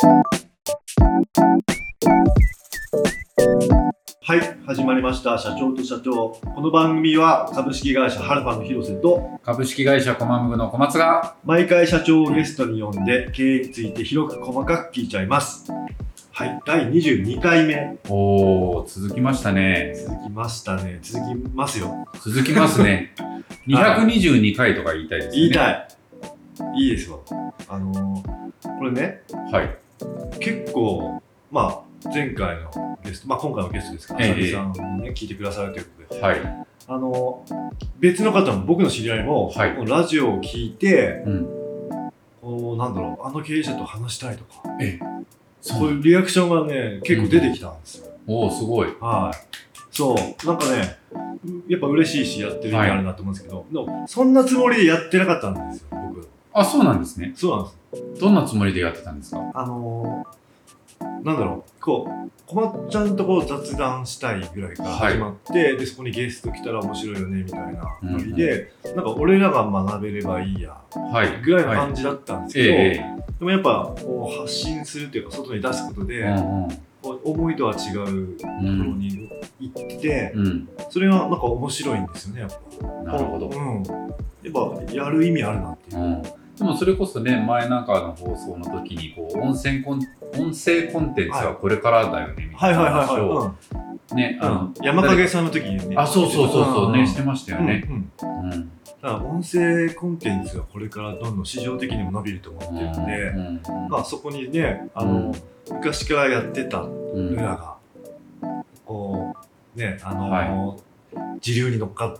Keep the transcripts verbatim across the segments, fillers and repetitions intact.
はい、始まりました社長と社長。この番組は株式会社ハルファの広瀬と株式会社コマムグの小松が毎回社長をゲストに呼んで経営について広く細かく聞いちゃいます。はい、だいにじゅうにかいめ。 おー、続きましたね。 続きましたね。続きますよ。 続きますね。にひゃくにじゅうにかいとか言いたいですね。 言いたい。いいですよ。あのー、これね、 はい。 結構、まあ、前回のゲスト、まあ今回のゲストですから、浅見さんもね、聞いてくださるということで。 はい。 あの、別の方も、僕の知り合いも、はい、ラジオを聞いて、うん、こう、なんだろう、あの経営者と話したいとか、えそういうリアクションがね、結構出てきたんですよ。 うん、おー、すごい。 はい。そう、なんかね、やっぱ嬉しいし、やってる意味あるなと思うんですけど、はい、でもそんなつもりでやってなかったんですよ、僕。 あ、そうなんですね。 そうなんです。 どんなつもりでやってたんですか？ あのー、なんだろう、こう、こまっちゃんとこう雑談したいぐらいから始まって、はい、で、そこにゲスト来たら面白いよね、みたいなノリで、うんうん、なんか俺らが学べればいいや、はい、ぐらいの感じだったんですけど、はいえー、でもやっぱこう発信するっていうか、外に出すことで、うんうん、思いとは違うところに行ってて、うん、それがなんか面白いんですよね、やっぱ。 なるほど。 うん。やっぱやる意味あるなっていう。うんでもそれこそね、前なんかの放送の時にこう音声コン、音声コンテンツはこれからだよね、みたいな話をね、あの山影さんの時にね、 あ、そうそうそうそうね、してましたよね。 うんうんうん、だから音声コンテンツがこれからどんどん市場的にも伸びると思ってるんで、うんうん、まあそこにね、あの、うん、昔からやってた裏が、うん、こうね、あの、はい時流に乗っかって、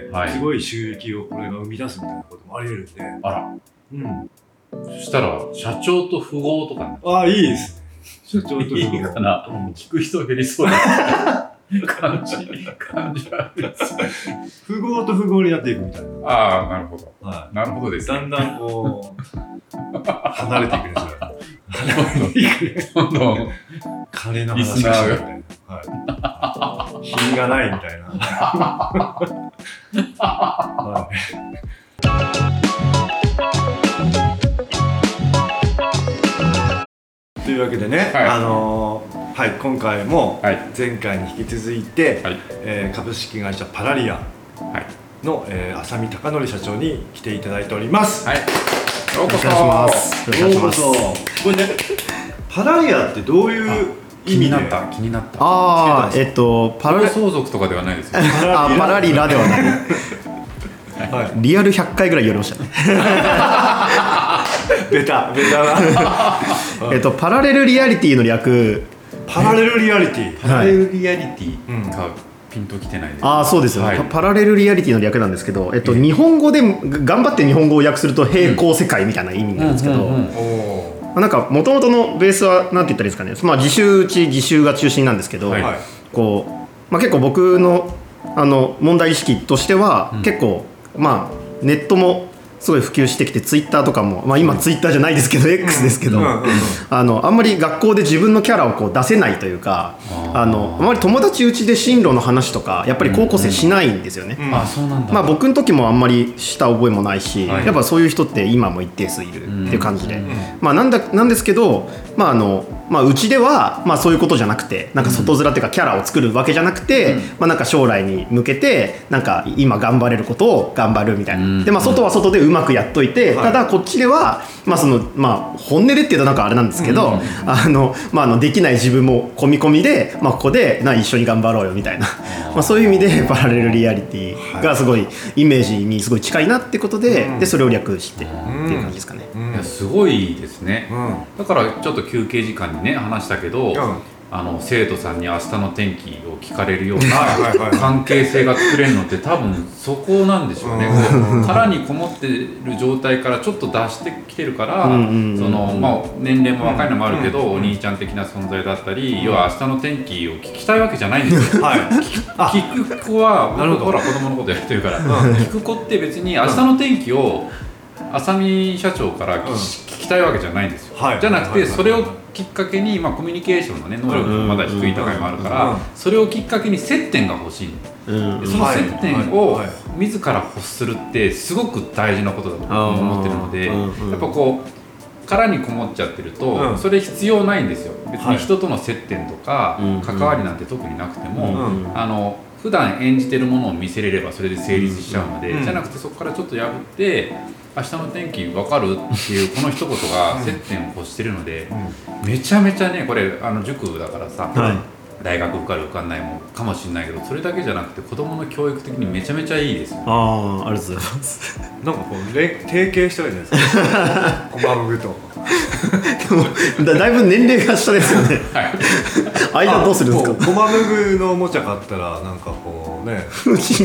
はい、すごい収益をこれが生み出すみたいなこともあり得るんで。 あら。うん。そしたら、社長と富豪とかね。 ああ、いいですね。社長と富豪。 いいかな。うん、聞く人減りそうな感じ、感じあるんですね。 富豪と富豪になっていくみたいな。 ああ、なるほど。はい。なるほどですね。 だんだんこう、離れていくんですよ。 離れていく。どんどん。 金の話がしたみたいな。はい。品がないみたいな。はい、というわけでね、はい、あのー、はい、今回も前回に引き続いて、はいえー、株式会社パラリアの、はいえー、浅見貴則社長に来ていただいております。はい。よろしくお願いします。 よろしくお願いします。これね、パラリアってどういう気になった気になったああえっとパラ相続とかではないですよねあパラリラではない、はい、リアルひゃっかいぐらい言われましたねベタベタなえっとパラレルリアリティの略パラレルリアリティパラレルリアリティがピンときてないです、 ああそうですよね、はい、パラレルリアリティの略なんですけど、えっと、日本語で頑張って日本語を訳すると平行世界みたいな意味なんですけど、なんか元々のベースはなんて言ったらいいですかね、まあ、自習打ち自習が中心なんですけど、はいこうまあ、結構僕 の, あの問題意識としては、うん、結構、まあ、ネットもすごい普及してきてツイッターとかも、まあ、今ツイッターじゃないですけど、うん、X ですけど、うんうんうん、あのあんまり学校で自分のキャラをこう出せないというか、あのあまり友達うちで進路の話とかやっぱり高校生しないんですよね、 うんうん、あそうなんだ、 まあ、僕の時もあんまりした覚えもないし、はい、やっぱそういう人って今も一定数いるっていう感じで、うんうんまあ、なんだなんですけど、まああのまあ、うちでは、まあ、そういうことじゃなくてなんか外面っていうかキャラを作るわけじゃなくて、うんまあ、なんか将来に向けてなんか今頑張れることを頑張るみたいな、うん、でまあ、外は外でうまくやっといて、はい、ただこっちでは、まあそのまあ、本音でっていうとなんかあれなんですけど、うんあのまあ、あのできない自分も込み込みで、まあ、ここでな一緒に頑張ろうよみたいなまあそういう意味でパラレルリアリティがすごいイメージにすごい近いなってことで、はい、でそれを略してっていう感じですかね、 うんうん、いやすごいですね、うん、だからちょっと休憩時間にね話したけど、うんあの生徒さんに明日の天気を聞かれるような関係性が作れるのって多分そこなんでしょうね。殻にこもってる状態からちょっと出してきてるから、そのまあ年齢も若いのもあるけど、お兄ちゃん的な存在だったり、要は明日の天気を聞きたいわけじゃないんですよ。はい、聞く子は僕ほら子供のことやってるから、聞く子って別に明日の天気を浅見社長から聞きたいわけじゃないんですよ。はい、じゃなくてそれをきっかけに、まあ、コミュニケーションの、ね、能力もまだ低い高いもあるから、それをきっかけに接点が欲しい、うん、その接点を自ら欲するってすごく大事なことだと思ってるので、やっぱこう殻にこもっちゃってると、うん、それ必要ないんですよ。別に人との接点とか関わりなんて特になくても、うん、あの普段演じてるものを見せれればそれで成立しちゃうので、うん、じゃなくてそこからちょっと破って明日の天気分かるっていうこの一言が接点を欲してるので、うん、めちゃめちゃねこれあの塾だからさ、はい、大学受かる受かんないもかもしれないけどそれだけじゃなくて子どもの教育的にめちゃめちゃいいですよ。 ああ、ありがとうございます。 なんかこう提携したらいいじゃないですかコマムグとでも だ, だいぶ年齢が下ですよね、はい、間どうするんですか。 コマムグのおもちゃ買ったらなんかこうね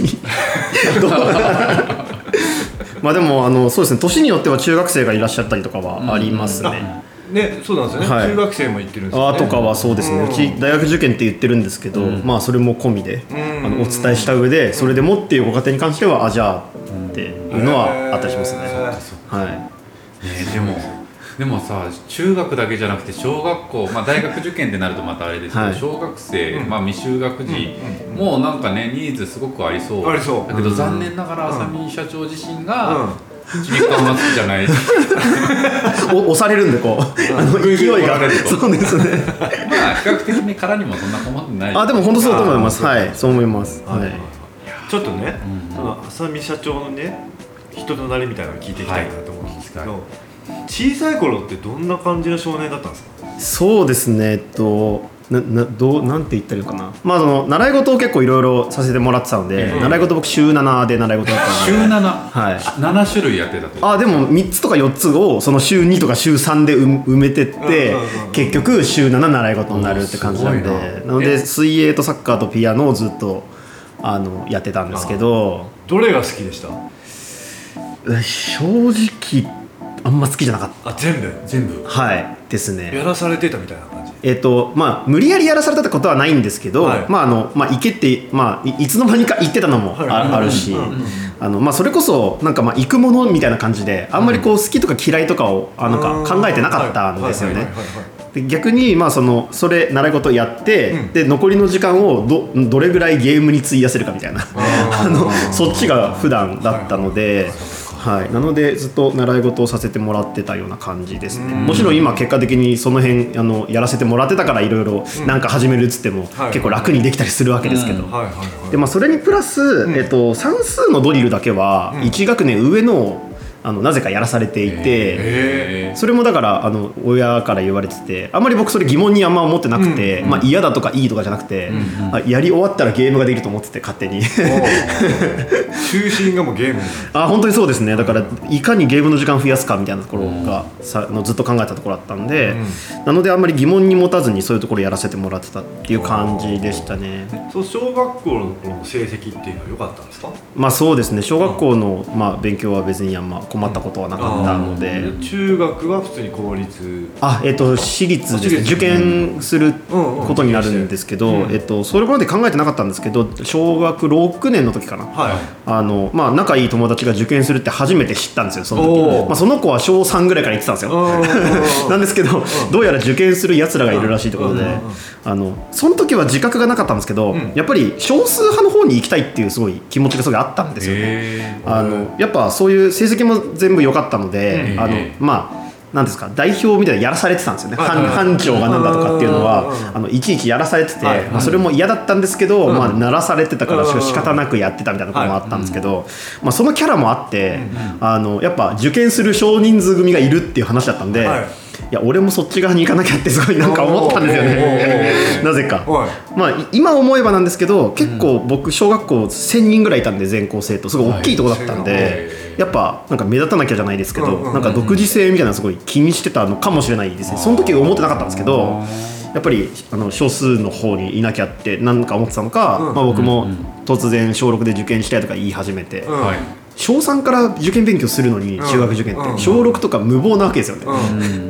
まあでもあのそうですね、年によっては中学生がいらっしゃったりとかはありますね、 うん、ね、そうなんですよね、はい、中学生も行ってるんですよね。 あとかはそうですね、うん、うち大学受験って言ってるんですけど、うん、まあそれも込みで、うん、あのお伝えした上でそれでもっていうご家庭に関してはあじゃあっていうのはあったりしますね、 うん、はい、ね、でもでもさ中学だけじゃなくて小学校、まあ、大学受験ってなるとまたあれですけど、はい、小学生、うん、まあ、未就学児、うん、もうなんかねニーズすごくありそうありそうだけど、うん、残念ながら浅見社長自身がちびっこが好きじゃない押されるんでこうあの勢いがそうですねまあ比較的に殻にもそんな困ってない。 あでも本当そうと思います。はい、そう思います。はい、 ちょっとね、うん、その浅見社長のね人となりみたいなのを聞いていきたいなと思うんですけど、はい、小さい頃ってどんな感じの少年だったんですか。そうですね、 えっとななどうなんて言ったらいいのかな、まあ、その習い事を結構いろいろさせてもらってたので、うん、習い事僕週ななで習い事だったので週なな、 はい、 なな種類やってたと。 あでもみっつとかよっつをその週にとか週さんで埋めてって、うん、結局週なな習い事になるって感じなんで、なので水泳とサッカーとピアノをずっとあのやってたんですけど。 どれが好きでした。 正直あんま好きじゃなかった。 あ全部全部はいですね。 やらされてたみたいな感じ。 えっとまあ無理やりやらされたってことはないんですけど、はい、まああのまあ行けってまあ い, いつの間にか行ってたのも あ,、はい、あるし、あのまあそれこそなんかまあ行くものみたいな感じであんまりこう好きとか嫌いとかをあなんか考えてなかったんですよね。で逆にまあそのそれ習い事やって、うん、で残りの時間を ど, どれぐらいゲームに費やせるかみたいなあのそっちが普段だったので。はい、なのでずっと習い事をさせてもらってたような感じですね。もちろん今結果的にその辺あのやらせてもらってたからいろいろなんか始めるっつっても結構楽にできたりするわけですけど、でまあそれにプラス、うんえっと、算数のドリルだけはいち学年上のあのなぜかやらされていて、それもだからあの親から言われてて、あんまり僕それ疑問にあんま思ってなくて、まあ、嫌だとかいいとかじゃなくて、あやり終わったらゲームができると思ってて勝手に中心がもうゲーム。 あ本当にそうですね。だからいかにゲームの時間を増やすかみたいなところがさのずっと考えたところだったんで、なのであんまり疑問に持たずにそういうところやらせてもらってたっていう感じでしたね。 そう小学校の成績っていうのは良かったんですか。 まあそうですね、小学校の、まあ、勉強は別にあんま困ったことはなかったので、 うん、中学は普通に公立あ、えー、と私立ですね。受験することになるんですけど、うんうんえー、とそれまで考えてなかったんですけど小学ろくねんの時かな、はいあのまあ、仲いい友達が受験するって初めて知ったんですよその時、まあ、その子は小さんぐらいから言ってたんですよなんですけどどうやら受験するやつらがいるらしいということで、あのその時は自覚がなかったんですけど、うん、やっぱり少数派の方に行きたいっていうすごい気持ちがすごいあったんですよね。あのやっぱそういう成績も全部良かったので、あのまあなんですか代表みたいなやらされてたんですよね。班、班長がなんだとかっていうのはあのいちいちやらされてて、まあ、それも嫌だったんですけど、まあ、鳴らされてたから仕方なくやってたみたいなこともあったんですけど、まあ、そのキャラもあってあのやっぱ受験する少人数組がいるっていう話だったんで、いや俺もそっち側に行かなきゃってすごいなんか思ったんですよねなぜか、まあ、今思えばなんですけど結構僕小学校せんにんぐらいいたんで全校生徒すごい大きいとこだったんで、やっぱなんか目立たなきゃじゃないですけどなんか独自性みたいなのすごい気にしてたのかもしれないですね。その時は思ってなかったんですけどやっぱりあの少数の方にいなきゃって何か思ってたのか、まあ、僕も突然小ろくで受験したいとか言い始めて、小さんから受験勉強するのに中学受験って小ろくとか無謀なわけですよね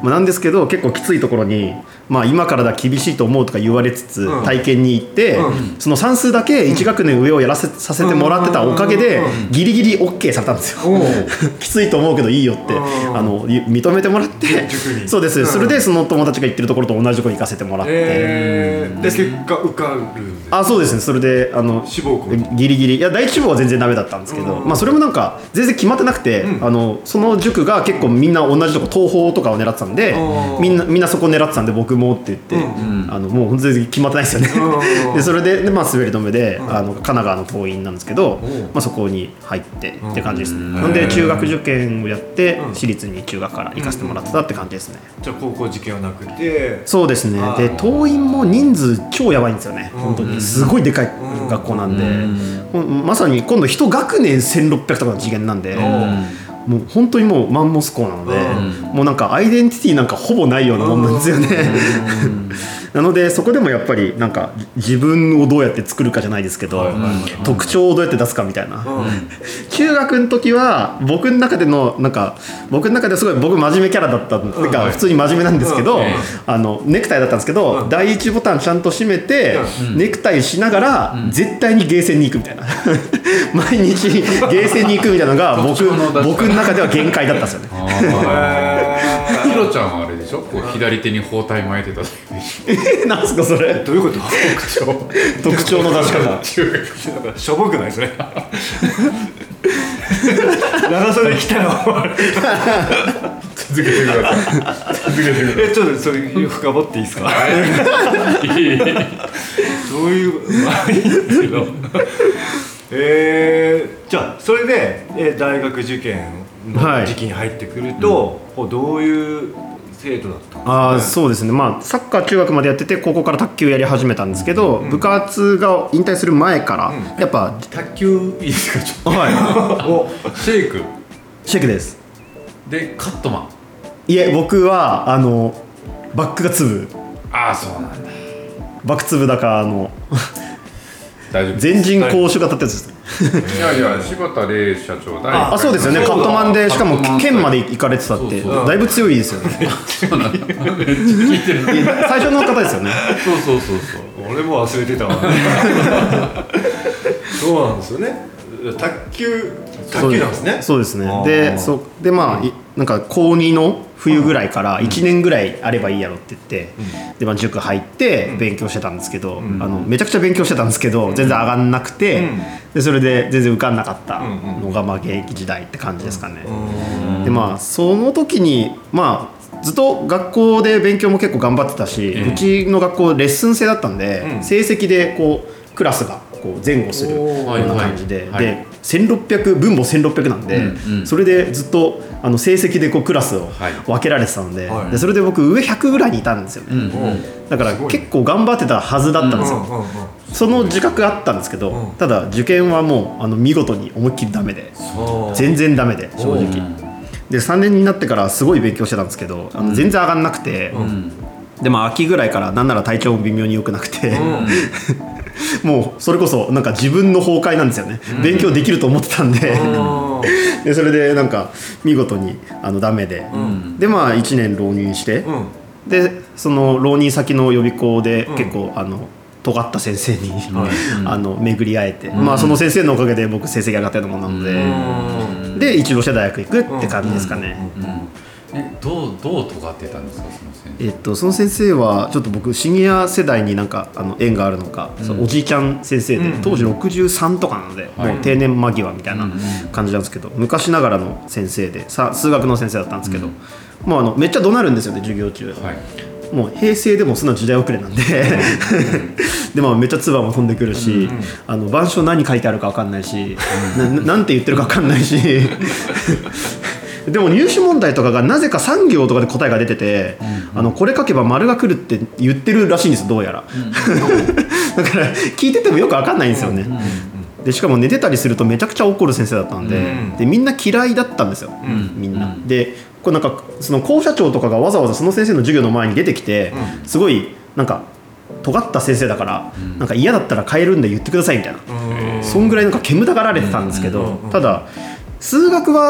まあ、なんですけど結構きついところに、まあ、今からだ厳しいと思うとか言われつつ、うん、体験に行って、うん、その算数だけいち学年上をやらせさせてもらってたおかげでギリギリ OK されたんですよきついと思うけどいいよってあの認めてもらってそうです、うん、それでその友達が行ってるところと同じところに行かせてもらって、 えー、で結果受かるんですあそうですね。それであの志望校ギリギリいや第一志望は全然ダメだったんですけど、うん、まあ、それもなんか全然決まってなくて、うん、あのその塾が結構みんな同じとこ東宝とかを狙ってたんでみんなみんなそこ狙ってたんで僕もって言って、うん、あのもう本当に決まってないですよねでそれで、で、まあ、滑り止めで、うん、あの神奈川の桐蔭なんですけど、まあ、そこに入ってって感じですね。なんで中学受験をやって私立に中学から行かせてもらってたって感じですね。 じゃあ高校受験はなくてそうですね。で桐蔭も人数超やばいんですよね。本当にすごいでかい学校なんで、うん、まさに今度一学年せんろっぴゃくとかの次元なんで、もう本当にもうマンモス校なので、もうなんかアイデンティティなんかほぼないようなもんなんですよねなのでそこでもやっぱりなんか自分をどうやって作るかじゃないですけど、はいはいはい、特徴をどうやって出すかみたいな、うん、中学の時は僕の中でのなんか僕の中ではすごい僕真面目キャラだったっていうか、うん、普通に真面目なんですけど、うん、あのネクタイだったんですけど、うん、第一ボタンちゃんと閉めて、うん、ネクタイしながら、うん、絶対にゲーセンに行くみたいな毎日ゲーセンに行くみたいなのが僕僕の中では限界だったんですよねヒロちゃんはあれでしょ、こう左手に包帯巻いてただけでえ、なんすかそれどういうこと特徴特徴の出し方しょぼくないそれ長袖着たら続けてください続けてくださいえ、ちょっとそれ深掘っていいですかどういうまあいいんですけどえー、じゃあそれで、えー、大学受験の時期に入ってくると、はい、どういう生徒だったんですかね。 あそうですね、まあ、サッカー中学までやってて高校から卓球やり始めたんですけど、うん、部活が引退する前から、うん、やっぱ卓球いいですかちょっと、 はい、 おシェイクシェイクですでカットマンいえ僕はあのバックが粒ああそうなんだバック粒だかあの大丈夫全人講習型ってやつですねいやいや柴田玲社長ああそうですよね。カットマンでしかも県まで行かれてたってだいぶ強いですよねそうなんだ聞いてる最初の方ですよねそうそうそうそう俺も忘れてたわそうなんですよね。卓球卓球なんですね。 そうですね。でそでまあなんか高にの冬ぐらいからいちねんぐらいあればいいやろって言って、うん、でまあ塾入って勉強してたんですけど、うん、あのめちゃくちゃ勉強してたんですけど、うん、全然上がんなくて、うん、でそれで全然受かんなかったのがまあ現役時代って感じですかね。うん、でまあその時にまあずっと学校で勉強も結構頑張ってたし、うん、うちの学校レッスン制だったんで、うん、成績でこうクラスがこう前後するような感じで、はいはい、でせんろっぴゃく分母せんろっぴゃくなんで、うんうん、それでずっとあの成績でこうクラスを分けられてたので、はい、でそれで僕上ひゃくぐらいにいたんですよね、うんうん、だから結構頑張ってたはずだったんですよ、うんうんうん、その自覚があったんですけど、うん、ただ受験はもうあの見事に思いっきりダメで全然ダメで正直でさんねんになってからすごい勉強してたんですけどあの全然上がんなくて、うん、でまあ秋ぐらいからなんなら体調も微妙に良くなくて、うんもうそれこそなんか自分の崩壊なんですよね、うん、勉強できると思ってたん で, でそれでなんか見事にあのダメで、うん、でまあいちねん浪人して、うん、でその浪人先の予備校で結構、うん、あの尖った先生に、うん、あの巡り会えて、うんまあ、その先生のおかげで僕成績上がったようなものなので、うん、で一浪して大学行くって感じですかね、うんうんうんえどうどう尖ってたんですかその先生。 えっとその先生はちょっと僕シニア世代になんかあの縁があるのか、うん、そのおじいちゃん先生で、うん、当時ろくじゅうさんとかなので、うん、もう定年間際みたいな感じなんですけど、うん、昔ながらの先生でさ数学の先生だったんですけど、うん、もうあのめっちゃ怒鳴るんですよね授業中、はい、もう平成でもそんな時代遅れなんででもめっちゃ唾も飛んでくるし、うん、あの板書何書いてあるか分かんないし、うん、な, なんて言ってるか分かんないしでも入試問題とかがなぜかさん行とかで答えが出てて、うん、あのこれ書けば丸が来るって言ってるらしいんですどうやら、うん、だから聞いててもよく分かんないんですよね、うん、でしかも寝てたりするとめちゃくちゃ怒る先生だったんで、うん、でみんな嫌いだったんですよ、うん、みんなでこれなんかその校舎長とかがわざわざその先生の授業の前に出てきて、うん、すごいなんか尖った先生だから、うん、なんか嫌だったら変えるんで言ってくださいみたいな、うん、そんぐらいなんか煙たがられてたんですけど、うん、ただ数学は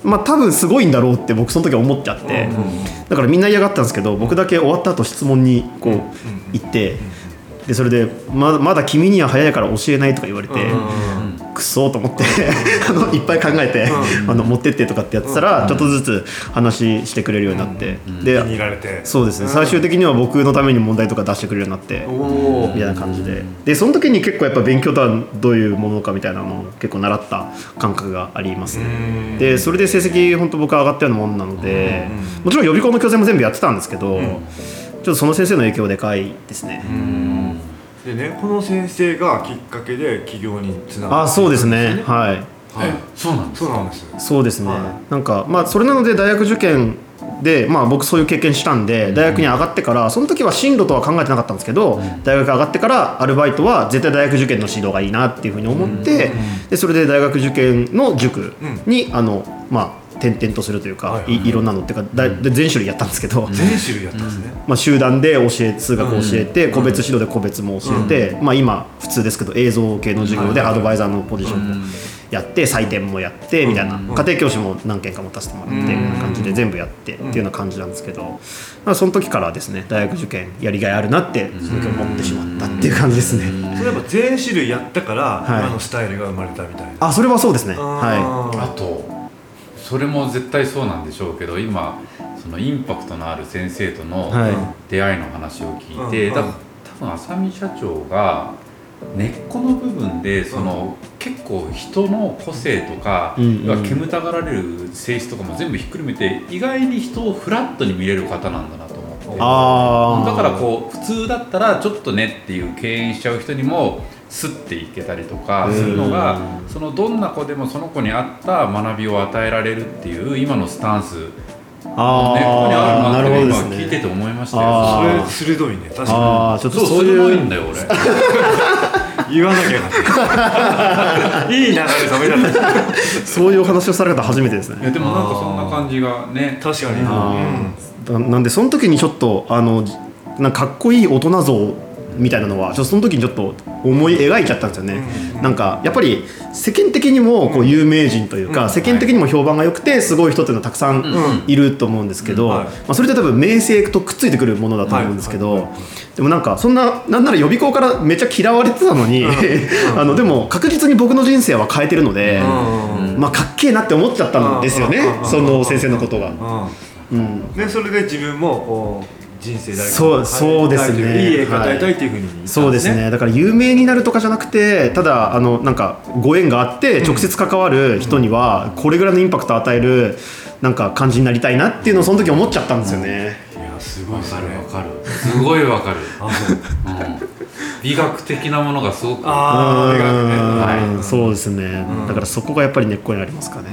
まあ多分すごいんだろうって僕その時は思っちゃって、だからみんな嫌がったんですけど、僕だけ終わった後質問にこう行って、でそれで ま, まだ君には早いから教えないとか言われて、くそーと思ってあのいっぱい考えてあの持ってってとかってやってたら、ちょっとずつ話してくれるようになって、で気に入られて、 そうですね、最終的には僕のために問題とか出してくれるようになってみたいな感じで、でその時に結構やっぱ勉強とはどういうものかみたいなのを結構習った感覚がありますね。でそれで成績本当僕は上がったようなもんなので、もちろん予備校の教材も全部やってたんですけど、ちょっとその先生の影響でかいですね。 でね、この先生がきっかけで起業につながっていくんですね。 あ、そうですね、はい、 はい、そうなんです。 そうなんです。 そうですね、 はい、 なんかまあそれなので大学受験で、まあ、僕そういう経験したんで、大学に上がってからその時は進路とは考えてなかったんですけど、大学上がってからアルバイトは絶対大学受験の指導がいいなっていうふうに思って、でそれで大学受験の塾にあのまあ転々とするというか、はいはいはい、い, いろんなのっていうかだ全種類やったんですけど、 全種類やったんですね、 まあ、集団で教え数学を教えて、個別指導で個別も教えて、まあ、今普通ですけど映像系の授業でアドバイザーのポジションもやって採点もやってみたいな、家庭教師も何件か持たせてもらってみたいな感じで全部やってっていうような感じなんですけど、まあ、その時からですね大学受験やりがいあるなってその時思ってしまったっていう感じですね。 それは全種類やったから今のスタイルが生まれたみたいな、はい、 あそれはそうですね。 はい、あとそれも絶対そうなんでしょうけど、今そのインパクトのある先生との出会いの話を聞いて、はい、だから多分浅見社長が根っこの部分でその、うん、結構人の個性とか、うんうん、煙たがられる性質とかも全部ひっくるめて意外に人をフラットに見れる方なんだなと思って、あだからこう普通だったらちょっとねっていう敬遠しちゃう人にもスッていけたりとかするのが、そのどんな子でもその子に合った学びを与えられるっていう今のスタンス根っこにあるなって今聞いてて思いましたよ。 それ鋭いね。確かに。 あちょっとそうそういういんだよ俺。 言わなきゃよかった。いい流れ止めだった。 そういうお話をされた方初めてですね。 いやでもなんかそんな感じがね。 確かに。 うん、なんでその時にちょっとあのなんかかっこいい大人像みたいなのはちょっとその時にちょっと思い描いちゃったんですよね、うん、なんかやっぱり世間的にもこう有名人というか、うん、世間的にも評判が良くてすごい人っていうのはたくさんいると思うんですけど、うんはいまあ、それって多分名声とくっついてくるものだと思うんですけど、はいはいはいはい、でもなんかそんななんなら予備校からめっちゃ嫌われてたのにあのでも確実に僕の人生は変えてるので、うんまあ、かっけえなって思っちゃったんですよね、その先生のことが、 うん、でそれで自分もこう人生誰かそうそうですね、 いい絵が与えたいっていうふうに、はい、 そうですね。だから有名になるとかじゃなくて、ただあのなんかご縁があって直接関わる人にはこれぐらいのインパクトを与えるなんか感じになりたいなっていうのをその時思っちゃったんですよね。 いやすごいわかるわかるすごいわかるあそう、うん、美学的なものがすごくああ美学ね、 はい、そうですね、うん、だからそこがやっぱり根っこにありますかね。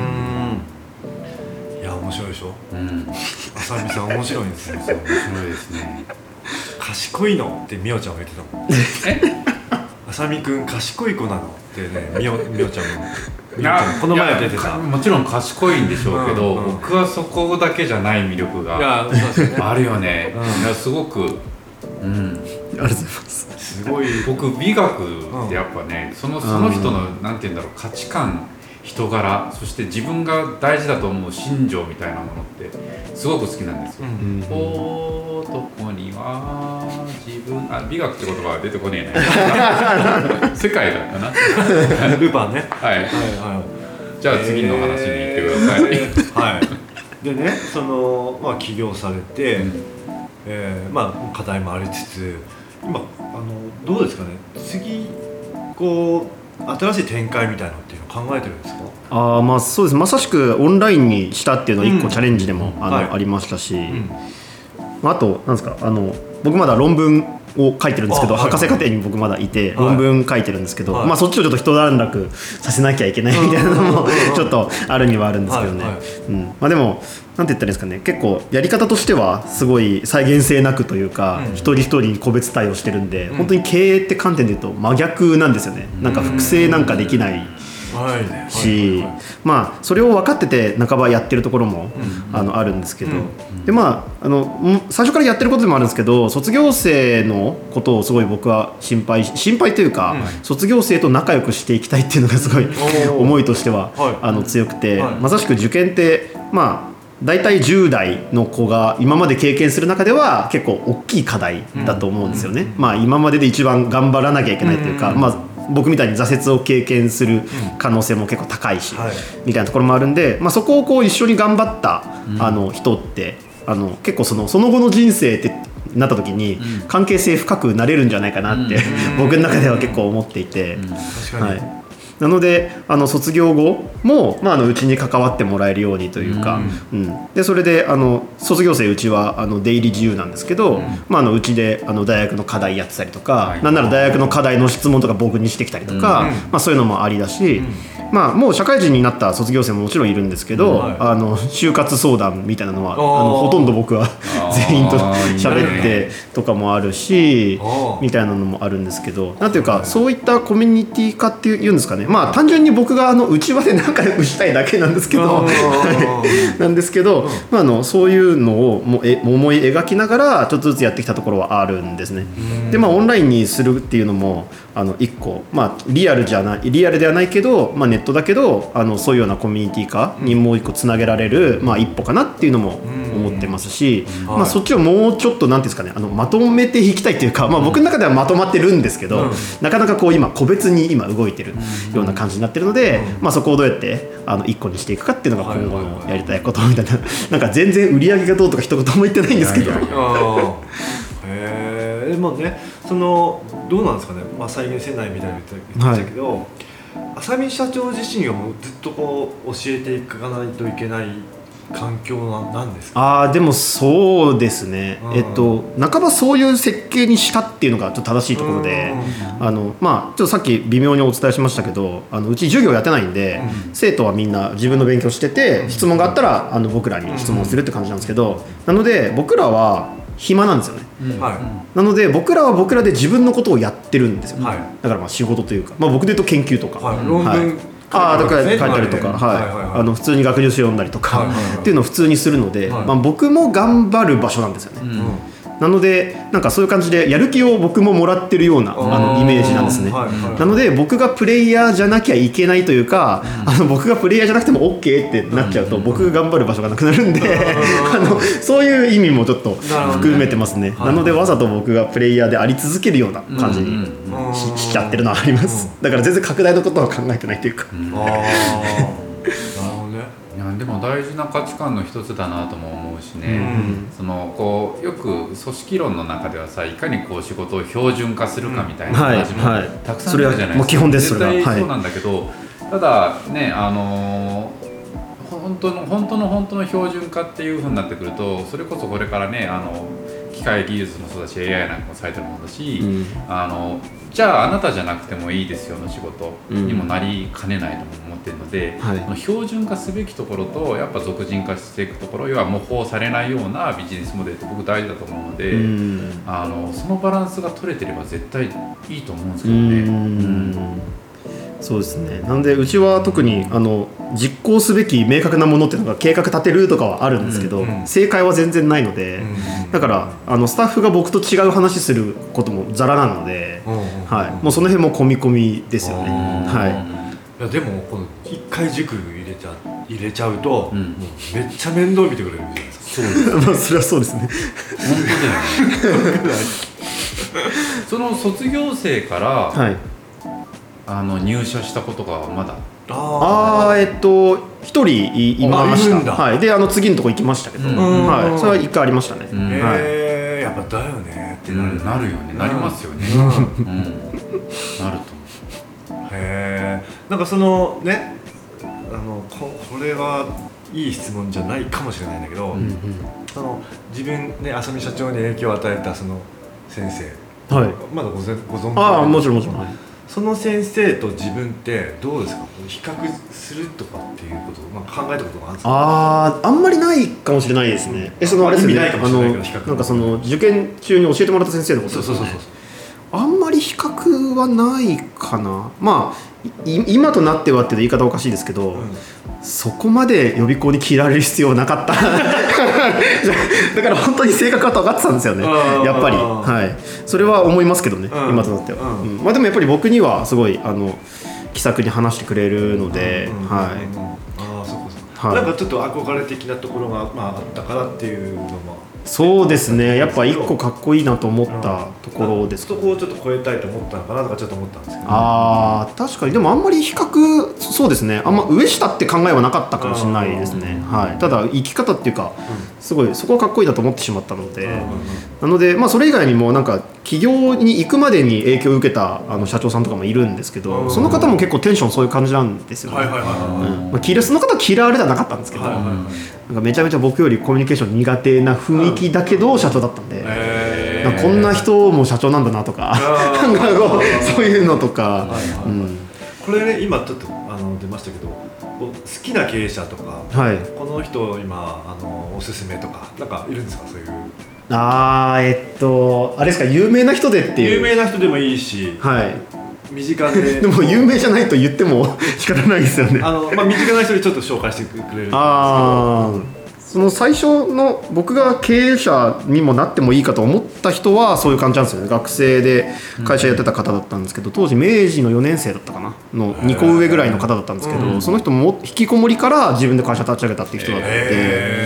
うんいや面白いでしょ、うん浅見さん面白いですね。 面白いですね。 賢いのってみおちゃんが言ってたもん。え？浅見くん賢い子なのってね、みおみおちゃんも。みおちゃんこの前出てた。 もちろん賢いんでしょうけど、うんうん、僕はそこだけじゃない魅力があるよね。うん、いやすごく、うん、 ありがとうございます。 すごい。 僕美学ってやっぱね、そのその人のなんていうんだろう価値観。人柄そして自分が大事だと思う心情みたいなものってすごく好きなんですよ、うん、男には自分あ美学って言葉は出てこねえな世界だったなルパンねはい、はいはい、じゃあ次の話に行ってください、えー、 はいでねその、まあ、起業されて、うんえーまあ、課題もありつつ今あのどうですかね次こう新しい展開みたいなっていうのを考えてるんですか？ あまあそうですまさしくオンラインにしたっていうのは一個チャレンジでも、うん、あのはい、ありましたし、うんあとなんですかあの僕まだ論文を書いてるんですけど、博士課程に僕まだいて論文書いてるんですけど、まあそっちをちょっと一段落させなきゃいけないみたいなのもちょっとあるにはあるんですけどね。うんまあでもなんて言ったらいいんですかね結構やり方としてはすごい再現性なくというか、一人一人に個別対応してるんで、本当に経営って観点で言うと真逆なんですよね。なんか複製なんかできないし、まあそれを分かってて半ばやってるところも、うん、あのあるんですけど、うん、でまああの最初からやってることでもあるんですけど、卒業生のことをすごい僕は心配心配というか、うん、卒業生と仲良くしていきたいっていうのがすごい思いとしては、はい、あの強くて、はい、まさしく受験ってまあ大体じゅう代の子が今まで経験する中では結構大きい課題だと思うんですよね、うん、まあ今までで一番頑張らなきゃいけないというか、うん、まあ僕みたいに挫折を経験する可能性も結構高いし、うん、みたいなところもあるんで、まあ、そこをこう一緒に頑張った、うん、あの人ってあの結構そのその後の人生ってなった時に関係性深くなれるんじゃないかなって、うん、僕の中では結構思っていて、うん、確かに、はい、なのであの卒業後も、まあ、あのうちに関わってもらえるようにというか、うんうん、でそれであの卒業生うちはあの出入り自由なんですけど、うんまあ、あのうちであの大学の課題やってたりとか、はい、なんなら大学の課題の質問とか僕にしてきたりとか、うんまあ、そういうのもありだし、うんまあ、もう社会人になった卒業生ももちろんいるんですけど、はい、あの就活相談みたいなのはあのほとんど僕は全員と喋ってとかもあるしみたいなのもあるんですけど、なんていうかそういったコミュニティ化っていうんですかね、まあ単純に僕があの内輪で仲良くしたいだけなんですけどなんですけど、まあ、あのそういうのをもえ思い描きながらちょっとずつやってきたところはあるんですね。でまあオンラインにするっていうのもあのいっこ、まあ、リアルじゃないリアルではないけど、まあ、ネットだけどあのそういうようなコミュニティ化にもう一個つなげられる、まあ、一歩かなっていうのも思ってますし、まあ、そっちをもうちょっとなんていうんですかね、あのまとめていきたいというか、まあ、僕の中ではまとまってるんですけど、うん、なかなかこう今個別に今動いてるような感じになってるので、うんまあ、そこをどうやってあの一個にしていくかっていうのが今後のやりたいことみたいな、なんか全然売り上げがどうとか一言も言ってないんですけど。 へえ、もうね、そのどうなんですかね、まあ、再現性ないみたいな言ってましたけど、はい、浅見社長自身がもうずっとこう教えていかないといけない環境なんですか？ あーでもそうですね、うん、えっと半ばそういう設計にしたっていうのがちょっと正しいところで、うん、あのまあちょっとさっき微妙にお伝えしましたけど、あのうち授業やってないんで、うん、生徒はみんな自分の勉強してて、質問があったらあの僕らに質問するって感じなんですけど、なので僕らは暇なんですよね、うんはい、なので僕らは僕らで自分のことをやってるんですよ、はい、だからまあ仕事というか、まあ、僕で言うと研究とか、はい、論文、はいあだから書いたりとか、はいはいはいはい、あの普通に学術書読んだりとか、はいはいはい、っていうのを普通にするので、はいまあ、僕も頑張る場所なんですよね、うん、なのでなんかそういう感じでやる気を僕ももらってるようなあのイメージなんですね、はいはい、なので僕がプレイヤーじゃなきゃいけないというか、うん、あの僕がプレイヤーじゃなくても OK ってなっちゃうと、うん、僕が頑張る場所がなくなるんで、うん、あのそういう意味もちょっと含めてますね、なのでわざと僕がプレイヤーであり続けるような感じに し, しちゃってるのはあります、だから全然拡大のことは考えてないというか、うんあなるほどね。いやでも大事な価値観の一つだなとも思うしね、うん、そのこうよく組織論の中ではさ、いかにこう仕事を標準化するかみたいな話もたくさんあるじゃないですか、 もう基本です。 絶対そうなんだけど、はい、ただねあのー、本当の本当の本当の標準化っていう風になってくると、それこそこれからねあの機械技術もそうだし エーアイ なんかもされてるものだし、うん、あのじゃああなたじゃなくてもいいですよの仕事にもなりかねないと思っているので、うんはい、標準化すべきところとやっぱ俗人化していくところ、要は模倣されないようなビジネスモデルって僕大事だと思うので、うん、あのそのバランスが取れてれば絶対いいと思うんですけどね。うんうんそうですね。なのでうちは特にあの実行すべき明確なものっていうのが計画立てるとかはあるんですけど、うんうん、正解は全然ないので、うんうん、だからあのスタッフが僕と違う話することもザラなので、うんうんはい、もうその辺も込み込みですよね。はい、 いやでもこの一回塾入れちゃ入れちゃうと、うん、もうめっちゃ面倒見てくれるじゃないですか。 そうですまあそれはそうですね。本当だよね。その卒業生から、はいあの入社したことがまだああえっと一人いました、はい、であの次のとこ行きましたけど、うんはい、それは一回ありましたね、 うんはい、やっぱだよねってなる、 うん、なるよねなりますよね、うんうん、なると思う。へえなんかそのねあの こ, これはいい質問じゃないかもしれないんだけど、うんうん、その自分ね浅見社長に影響を与えたその先生、はい、まだ ご, ご存知ああもちろんもちろん、はいその先生と自分ってどうですか？比較するとかっていうこと、まあ、考えたことがあるんですか？ ああ、あんまりないかもしれないですね。え、そのあれですね。ないかもしれないけど比較。なんかその受験中に教えてもらった先生のことですね。そうそうそうそう。あんまり比較はないかな。まあ今となってはっていう言い方おかしいですけど、うん、そこまで予備校に切られる必要なかっただから本当に性格は分かってたんですよねやっぱり、はい、それは思いますけどね、うん、今となっては、うんうん、まあ、でもやっぱり僕にはすごいあの気さくに話してくれるので、うんうんうん、はい、 ああそうかそうか、はい、なんかちょっと憧れ的なところが、まあ、あったからっていうのもそうですね、やっぱ一個かっこいいなと思ったところです、 うん、そこをちょっと超えたいと思ったのかなとかちょっと思ったんですけど、ね、 ああ確かにでもあんまり比較そうですね、あんま上下って考えはなかったかもしれないですね、はい、ただ生き方っていうか、うん、すごいそこはかっこいいなと思ってしまったので、うん、なので、まあ、それ以外にもなんか起業に行くまでに影響を受けたあの社長さんとかもいるんですけど、うん、その方も結構テンションそういう感じなんですよね、その方は嫌われではなかったんですけど、はいはいはい、なんかめちゃめちゃ僕よりコミュニケーション苦手な雰囲気だけど社長だったんで、なんかこんな人も社長なんだなとかなんかこうそういうのとか、はいはいはい、うん、 これね今ちょっとあの出ましたけど好きな経営者とか、はい、この人今あのおすすめとかなんかいるんですか、そういう。 あーえっとあれですか、有名な人でっていう。 有名な人でもいいし、はい、身近ででも有名じゃないと言っても仕方ないですよね。 あの、まあ、身近な人にちょっと紹介してくれるんですけど、 あその最初の僕が経営者にもなってもいいかと思った人はそういう感じなんですよね。学生で会社やってた方だったんですけど、当時明治のよねん生だったかなのにこ上ぐらいの方だったんですけど、その人も引きこもりから自分で会社立ち上げたっていう人だって、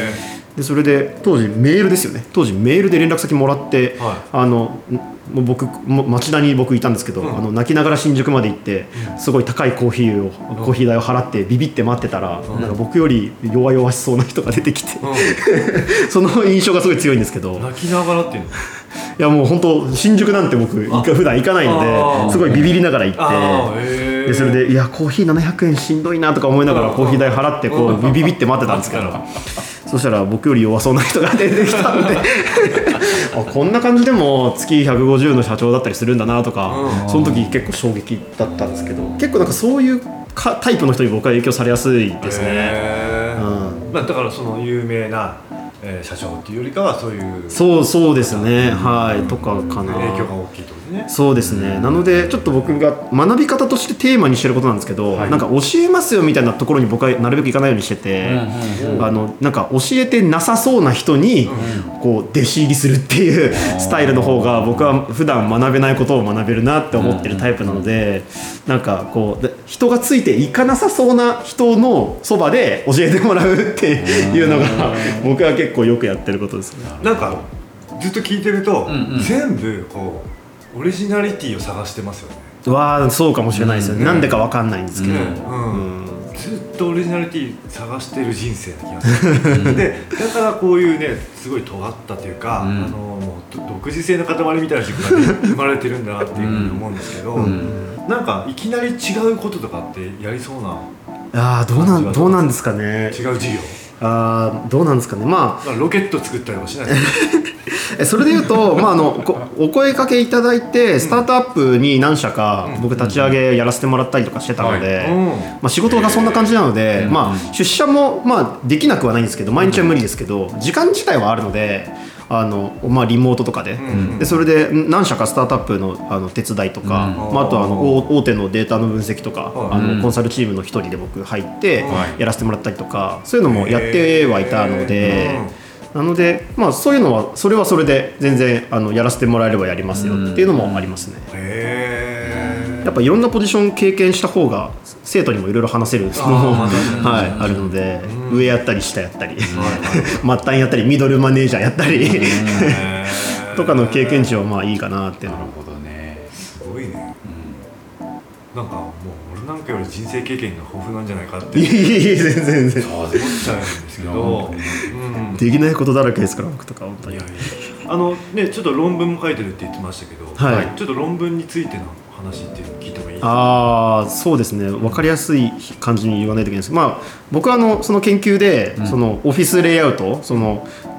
でそれで当時メールですよね、当時メールで連絡先もらって、はい、あのもう僕も町田に僕いたんですけど、うん、あの泣きながら新宿まで行って、うん、すごい高いコーヒーを、うん、コーヒー代を払ってビビって待ってたら、うん、なんか僕より弱々しそうな人が出てきて、うん、その印象がすごい強いんですけど。 泣きながらっていうの？いやもう本当新宿なんて僕普段行かないのですごいビビりながら行って、でそれでいやコーヒーななひゃくえんしんどいなとか思いながらコーヒー代払ってこうビビって待ってたんですけど、そしたら僕より弱そうな人が出てきたんであこんな感じでも月ひゃくごじゅうの社長だったりするんだなとか、その時結構衝撃だったんですけど、結構なんかそういうかタイプの人に僕は影響されやすいですね、 うん、まあ、だからその有名なえー、社長っていうよりかはそういうそうそうですね、はい、とかかな、 影響が大きいとね。 そうですね、なのでちょっと僕が学び方としてテーマにしてることなんですけど、はい、なんか教えますよみたいなところに僕はなるべく行かないようにしてて、うんうん、あのなんか教えてなさそうな人にこう弟子入りするっていうスタイルの方が僕は普段学べないことを学べるなって思ってるタイプなので、なんかこう人がついていかなさそうな人のそばで教えてもらうっていうのが僕は結構よくやってることですね。 なんかずっと聞いてると、うんうん、全部こうオリジナリティを探してますよね。 わあそうかもしれないですよね、うん、なんでかわかんないんですけど、うんうんうん、ずっとオリジナリティ探してる人生な気がするでだからこういうねすごい尖ったというか、うん、あのもう独自性の塊みたいな軸が、ね、生まれてるんだなっていうふうに思うんですけど、うんうん、なんかいきなり違うこととかってやりそうなあどうなんどうなんですかね。 違う事業あどうなんですかね、まあ、 ロケット作ったりもしないですそれでいうと、まあ、あのお声かけいただいてスタートアップに何社か僕立ち上げやらせてもらったりとかしてたので、まあ、仕事がそんな感じなので、まあ、出社もまあできなくはないんですけど毎日は無理ですけど時間自体はあるのであのまあ、リモートとか で,、うん、でそれで何社かスタートアップ の, あの手伝いとか、うんまあ、あとあの大手のデータの分析とか、うん、あのコンサルチームの一人で僕入ってやらせてもらったりとか、そういうのもやってはいたので、なので、まあ、そういうのはそれはそれで全然あのやらせてもらえればやりますよっていうのもありますね。へやっぱいろんなポジション経験した方が生徒にもいろいろ話せるのも あ,、はい、あるので、うん、上やったり下やったり、うん、末端やったりミドルマネージャーやったりとかの経験値はまあいいかなっていうのは。 なるほどね、すごいね、うん、なんかもう俺なんかより人生経験が豊富なんじゃないかっていやいやいや全然全然思っちゃうんですけど、 うん、できないことだらけですから僕とか本当に。いやいやあのねちょっと論文も書いてるって言ってましたけど、はい、ちょっと論文についての話っていうのを聞いてもいいですか？ あそうですね、分かりやすい感じに言わないといけないんですけど、まあ、僕はあのその研究で、うん、そのオフィスレイアウトその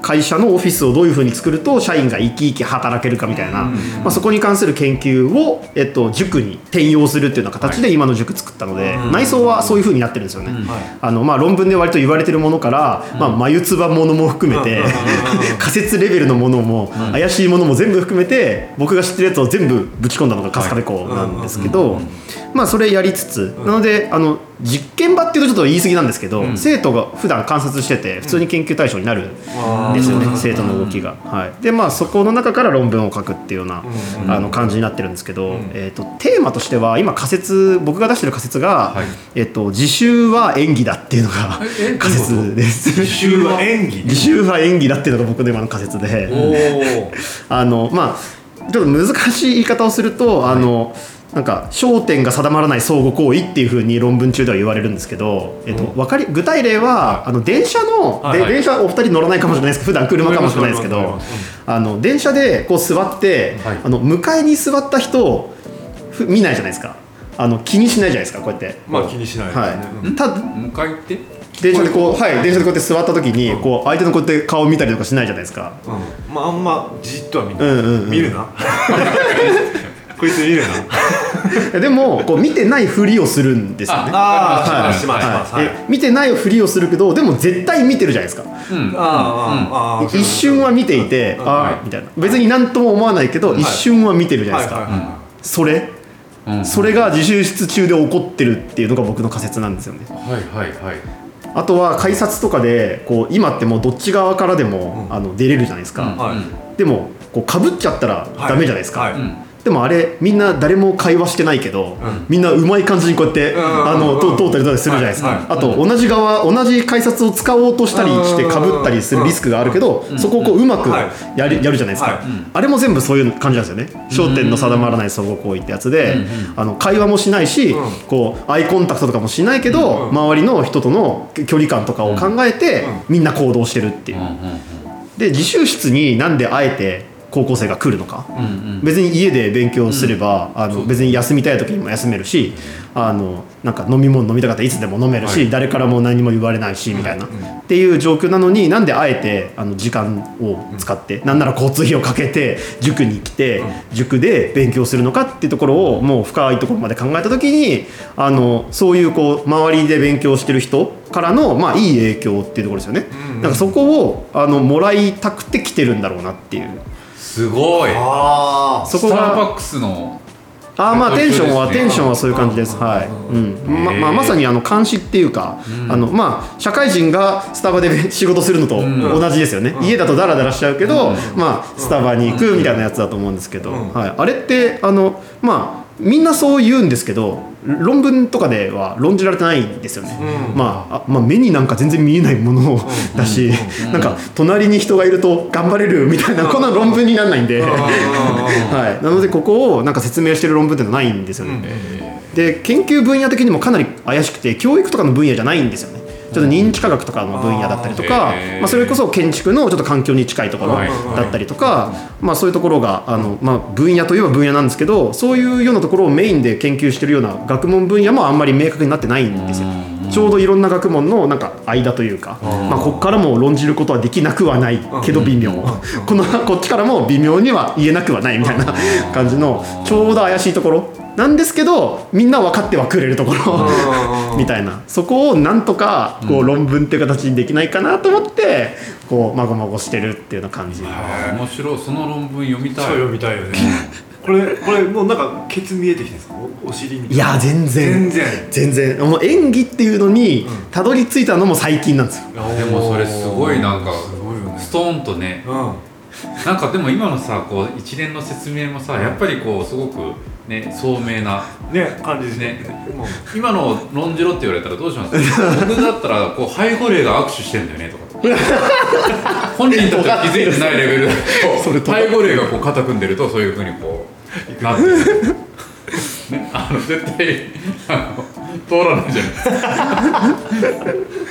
会社のオフィスをどういうふうに作ると社員が生き生き働けるかみたいな、まあ、そこに関する研究を、えっと、塾に転用するっていうような形で今の塾作ったので、はい、内装はそういうふうになってるんですよね、はい、あのまあ、論文で割と言われてるものから、まあ、眉唾ものも含めて仮説レベルのものも怪しいものも全部含めて僕が知ってるやつを全部ぶち込んだのが春日部校なんですけど、まあ、それやりつつなのであの実験場っていうとちょっと言い過ぎなんですけど、うん、生徒が普段観察してて普通に研究対象になるんですよね、うん、生徒の動きが、はい、でまあそこの中から論文を書くっていうような、うん、あの感じになってるんですけど、うん、えーと、テーマとしては今仮説僕が出してる仮説が、はい、えーと、自習は演技だっていうのが仮説です。 自習は演技自習は演技だっていうのが僕の今の仮説であのまあちょっと難しい言い方をすると、はい、あのなんか焦点が定まらない相互行為っていう風に論文中では言われるんですけど、えっと、分かり具体例はあの電車の、はいはい、で電車お二人乗らないかもしれないですけど普段車かもしれないですけど、あの電車でこう座って、はい、あの向かいに座った人を見ないじゃないですか。あの気にしないじゃないですかこうやって。 まあ気にしないですね、 はい、た向かいって電車でこう、はい、電車でこうやって座った時に、うん、こう相手のこうやって顔を見たりとかしないじゃないですか、 うん、まああんまじっとは見ない、うんうんうん、見るなこいつ見るなでもこう見てないふりをするんですよね。 ああ、はい、しますします、はい、 見てないふりをするけどでも絶対見てるじゃないですか、うん、あ、うん、一瞬は見ていて、あ、はい、みたいな別に何とも思わないけど、はい、一瞬は見てるじゃないですか、はいはいはい、それうん、それが自習室中で起こってるっていうのが僕の仮説なんですよね。 はいはいはい。 あとは改札とかでこう今ってもうどっち側からでも、うん、あの出れるじゃないですか、うんはい、でもこうかぶっちゃったらダメじゃないですか、はいはい、うんでもあれみんな誰も会話してないけど、うん、みんなうまい感じにこうやって、うん、あの、うん、通ったりとかするじゃないですか、はいはい、あと同じ側同じ改札を使おうとしたりしてかぶったりするリスクがあるけど、うん、そこをこううまくやる、やるじゃないですか、はい、あれも全部そういう感じなんですよね。焦点の定まらない相互行為ってやつで、うん、あの会話もしないし、うん、こうアイコンタクトとかもしないけど、うん、周りの人との距離感とかを考えて、うん、みんな行動してるっていう、うん、で自習室になんであえて高校生が来るのか、うんうん、別に家で勉強すれば、うん、あの別に休みたい時にも休めるし、あのなんか飲み物飲みたかったらいつでも飲めるし、はい、誰からも何も言われないしみたいな、うん、っていう状況なのになんであえてあの時間を使って、うん、なんなら交通費をかけて塾に来て、うん、塾で勉強するのかっていうところをもう深いところまで考えた時にあのそういうこう周りで勉強してる人からの、まあ、いい影響っていうところですよね、うんうん、なんかそこをあのもらいたくて来てるんだろうなっていう。 すごい。あそこがスターバックスのあまあテンションはテンションはそういう感じです。はい。うん。ままあまさにあの監視っていうか、うん、あのまあ社会人がスタバで仕事するのと同じですよね。うん、家だとダラダラしちゃうけど、うん、まあスタバに行くみたいなやつだと思うんですけど、うん、はい。あれってあのまあみんなそう言うんですけど。論文とかでは論じられてないんですよね、うんまあ、あまあ目になんか全然見えないものだし、うん、なんか隣に人がいると頑張れるみたいなこんな論文にならないんで、はい、なのでここをなんか説明してる論文ってのはないんですよね、うん、で研究分野的にもかなり怪しくて教育とかの分野じゃないんですよね。ちょっと認知科学とかの分野だったりとか、まあ、それこそ建築のちょっと環境に近いところだったりとか、まあ、そういうところがあの、まあ、分野といえば分野なんですけどそういうようなところをメインで研究してるような学問分野もあんまり明確になってないんですよ。ちょうどいろんな学問のなんか間というか、まあ、ここからも論じることはできなくはないけど微妙このこっちからも微妙には言えなくはないみたいな感じのちょうど怪しいところなんですけどみんな分かってはくれるところみたいなそこをなんとかこう論文っていう形にできないかなと思ってこうまごまごしてるっていうような感じ。 面白い。その論文読みたい。 読みたいよねこれこれもうなんかケツ見えてきてるんですか お, お尻みたいな。 いや全然全然全然もう演技っていうのにたどり着いたのも最近なんですよ、 うん、でもそれすごいなんかストーンとね、うん、なんかでも今のさこう一連の説明もさ、うん、やっぱりこうすごくね、聡明な、 ね、感じですね。 今の論じろって言われたらどうします僕だったらこう背後霊が握手してんだよねとか本人たちは気づいてないレベルだと背後霊がこう肩組んでるとそういうふうにこうなってる、ね、あの絶対あの通らないじゃないですか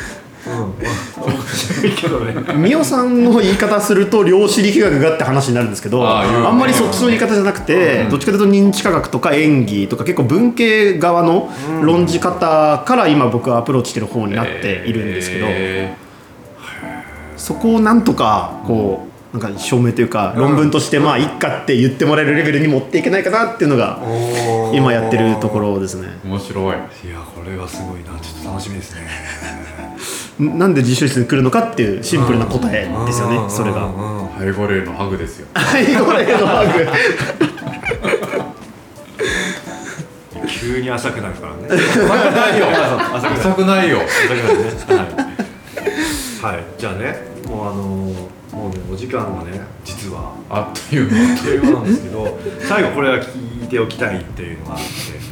ミオさんの言い方すると量子力学がって話になるんですけど あ, あんまりそっちの言い方じゃなくて、うん、どっちかというと認知科学とか演技とか結構文系側の論じ方から今僕はアプローチしてる方になっているんですけど、えー、 そこをなんとかこうなんか証明というか論文としてまあいっかって言ってもらえるレベルに持っていけないかなっていうのが今やってるところですね。 面白い。 いやこれはすごいな、ちょっと楽しみですね。 なんで自習室に来るのかっていうシンプルな答えですよね。それが背後霊のハグですよ。 背後霊のハグ急に浅くなるからね。 浅くないよ。浅くないよ。 はい、じゃあね、もうあのもうねお時間がね実はあっという間あっという間なんですけど、最後これは聞いておきたいっていうのがあって、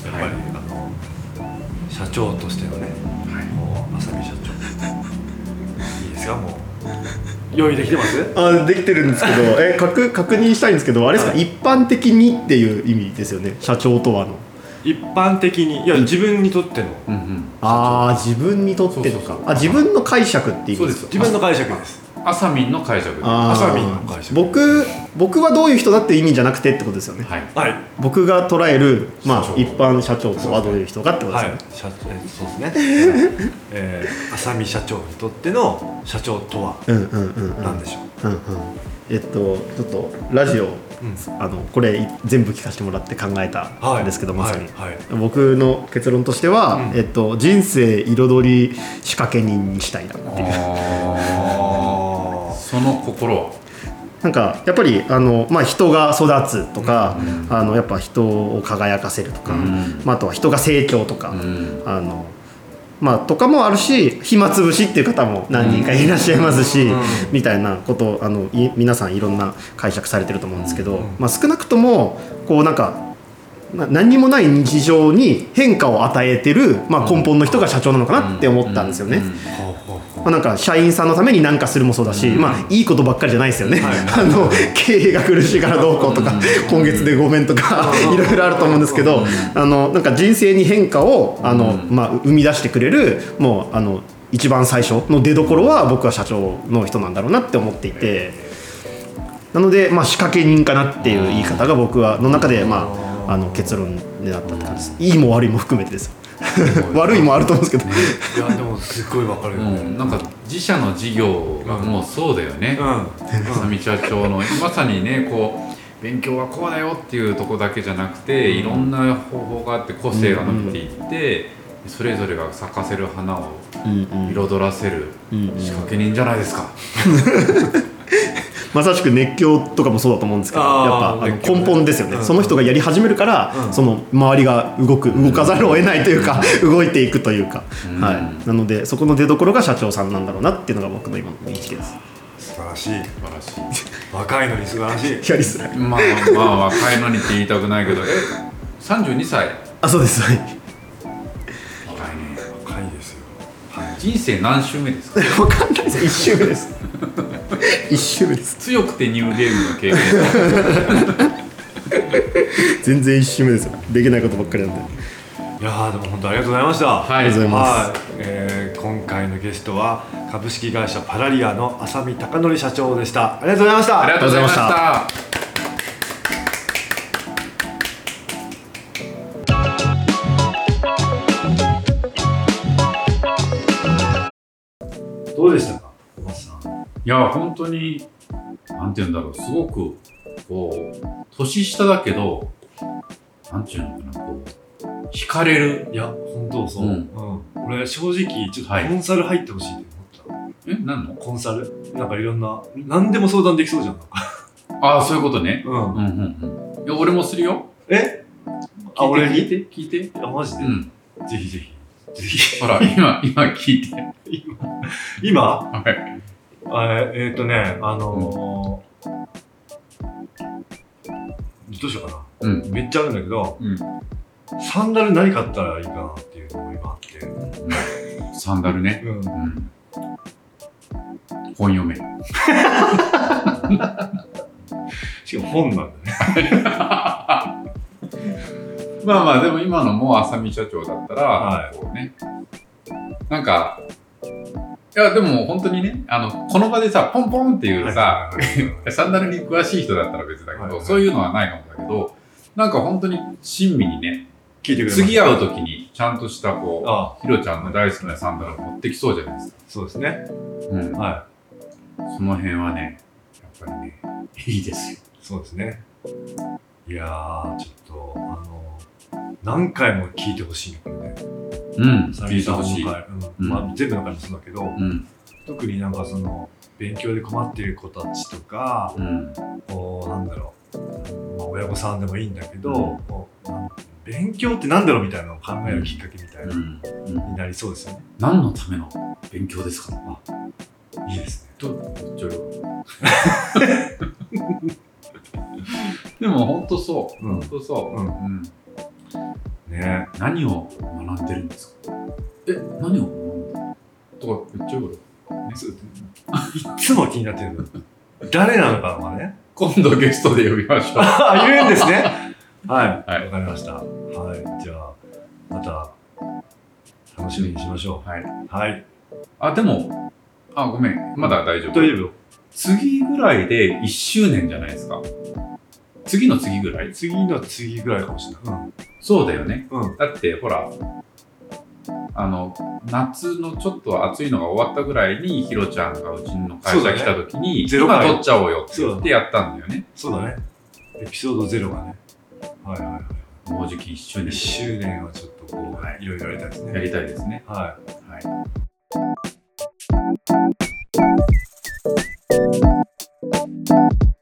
やっぱり、はい、あの社長としてのね、はい、もう浅見社長いいですか、もう用意できてます？ あ、できてるんですけど、え確確認したいんですけど、あれですか、はい、一般的にっていう意味ですよね、社長とはの。 一般的に、いや自分にとっての、うんうん、 ああ自分にとってのか、あ自分の解釈って意味ですか？ 自分の解釈です。 あさみんの解釈。 あさみんの解釈。 僕僕はどういう人だっていう意味じゃなくてってことですよね。 はい。 僕が捉えるまあ一般社長とはどういう人かってことですよね。 はい。社長、そうですね。えー、あさみ社長にとっての社長とは何でしょう。 うんうん。えっとちょっとラジオ、うん、あのこれ全部聞かせてもらって考えたんですけど、はい、まさに、はいはい、僕の結論としては、うん、えっと人生彩り仕掛け人にしたいなっていう。 その心はなんかやっぱりあの、まあ、人が育つとか、うん、あのやっぱ人を輝かせるとか、うんまあ、あとは人が成長とか、うん、あのまあ、とかもあるし、暇つぶしっていう方も何人かいらっしゃいますし、うん、みたいなことをあのい皆さんいろんな解釈されてると思うんですけど、うんまあ、少なくともこうなんか何にもない日常に変化を与えてる、まあ、根本の人が社長なのかなって思ったんですよね。まあ、なんか社員さんのために何かするもそうだし、まあ、いいことばっかりじゃないですよね、はい、あの経営が苦しいからどうこうとか、今月でごめんとかいろいろあると思うんですけど、あのなんか人生に変化をあの、まあ、生み出してくれるもうあの一番最初の出どころは僕は社長の人なんだろうなって思っていて、なので、まあ、仕掛け人かなっていう言い方が僕はの中で、まあ、あの結論になったって感じです。いいも悪いも含めてです。悪いもあると思うんですけど、ね、 いやでもすっごいわかるよね、 うん、なんか自社の事業がもうそうだよね、あさみ社長のまさにね、こう勉強はこうだよっていうとこだけじゃなくて、いろんな方法があって個性が伸びていって、うん、それぞれが咲かせる花を彩らせる仕掛け人じゃないですか。 まさしく熱狂とかもそうだと思うんですけど、やっぱあの根本ですよね、うん、その人がやり始めるから、うん、その周りが動く動かざるを得ないというか、うん、動いていくというか、うんはい、なのでそこの出どころが社長さんなんだろうなっていうのが僕の今の認識です。 素晴らしい素晴らしい若いのに素晴らしい。やりづらい。 まあまあ若いのにって言いたくないけど、えさんじゅうにさい？ あ、そうです。はい。 若いね。 若いですよ。 はい、人生何周目ですか？ わかんないです。一周目です。一周目です。 強くてニューゲームの経験。 全然一周目ですよ。できないことばっかりなんで。 いやーでも本当ありがとうございました。 はい、ありがとうございます。 はい、えー、今回のゲストは株式会社パラリアの浅見貴則社長でした。ありがとうございました。 ありがとうございました。 どうでしたか、小松さん。 いや本当になんて言うんだろう、すごくこう年下だけどなんて言うのかな、こう惹かれる。 いや本当そう、うんうん、俺正直ちょっとコンサル入ってほしいって思った、はい、 え何のコンサル、なんかいろんな何でも相談できそうじゃん。 ああそういうことね、 うん、うんうんうん。いや俺もするよ。 えあ俺聞いて聞いてあマジで、 うん、 ぜひぜひぜひほら今今聞いて今今はいあえー、っとねあのーうん、どうしようかな、うん、めっちゃあるんだけど、うん、サンダル何買ったらいいかなっていうのが今あって、 うん、サンダルね、うんうん、本読めしかも本なんだねまあまあでも今のも浅見社長だったら、はい、こうね、なんかいやでも本当にね、あのこの場でさポンポンっていうさ、はい、サンダルに詳しい人だったら別だけど、はい、そういうのはないかもだけど、なんか本当に親身にね、 聞いてくれ次会う時にちゃんとしたこうひろちゃんの大好きなサンダルを持ってきそうじゃないですか。 そうですね、 うん、 はその辺はねやっぱりねいいですよ。 そうですね。いやーちょっとあの何回も聞いてほしいこれね。 うん、聞いてほしい。 うんまあ、全部の回もそうだけど、うん、特になんかその勉強で困っている子たちとか、うん、こうなんだろう、まあ、親御さんでもいいんだけど、うん、こう勉強ってなんだろうみたいなのを考えるきっかけみたいな、うんうん、になりそうですよね。 何のための勉強ですか？ あ、いいですね。 と言っちゃうよ。でも本当そう、うん、本当そう。うんうん、ね、何を学んでるんですか？え、何を学んでるとか言っちゃうよ。 いつも気になってるの。誰なのかはね。 今度ゲストで呼びましょう。 あ、言うんですね。はい、わ、はい、かりました。はい、じゃあまた楽しみにしましょう。はい。はい。 あ、でも、あ、ごめん、まだ大丈夫。 大丈夫。 次ぐらいでいっしゅうねんじゃないですか。次の次ぐらい？ 次の次ぐらいかもしれない。うん。 そうだよね。うん。だってほら、あの夏のちょっと暑いのが終わったぐらいにひろちゃんがうちの会社来た時に、ね、今撮っちゃおうよって言ってやったんだよね。 そうだね。エピソードゼロがね。はいはいはい。 もうじきいっしゅうねん。いっしゅうねんはちょっとこう、はい、いろいろやりたいですね。 やりたいですね。 はい。はい。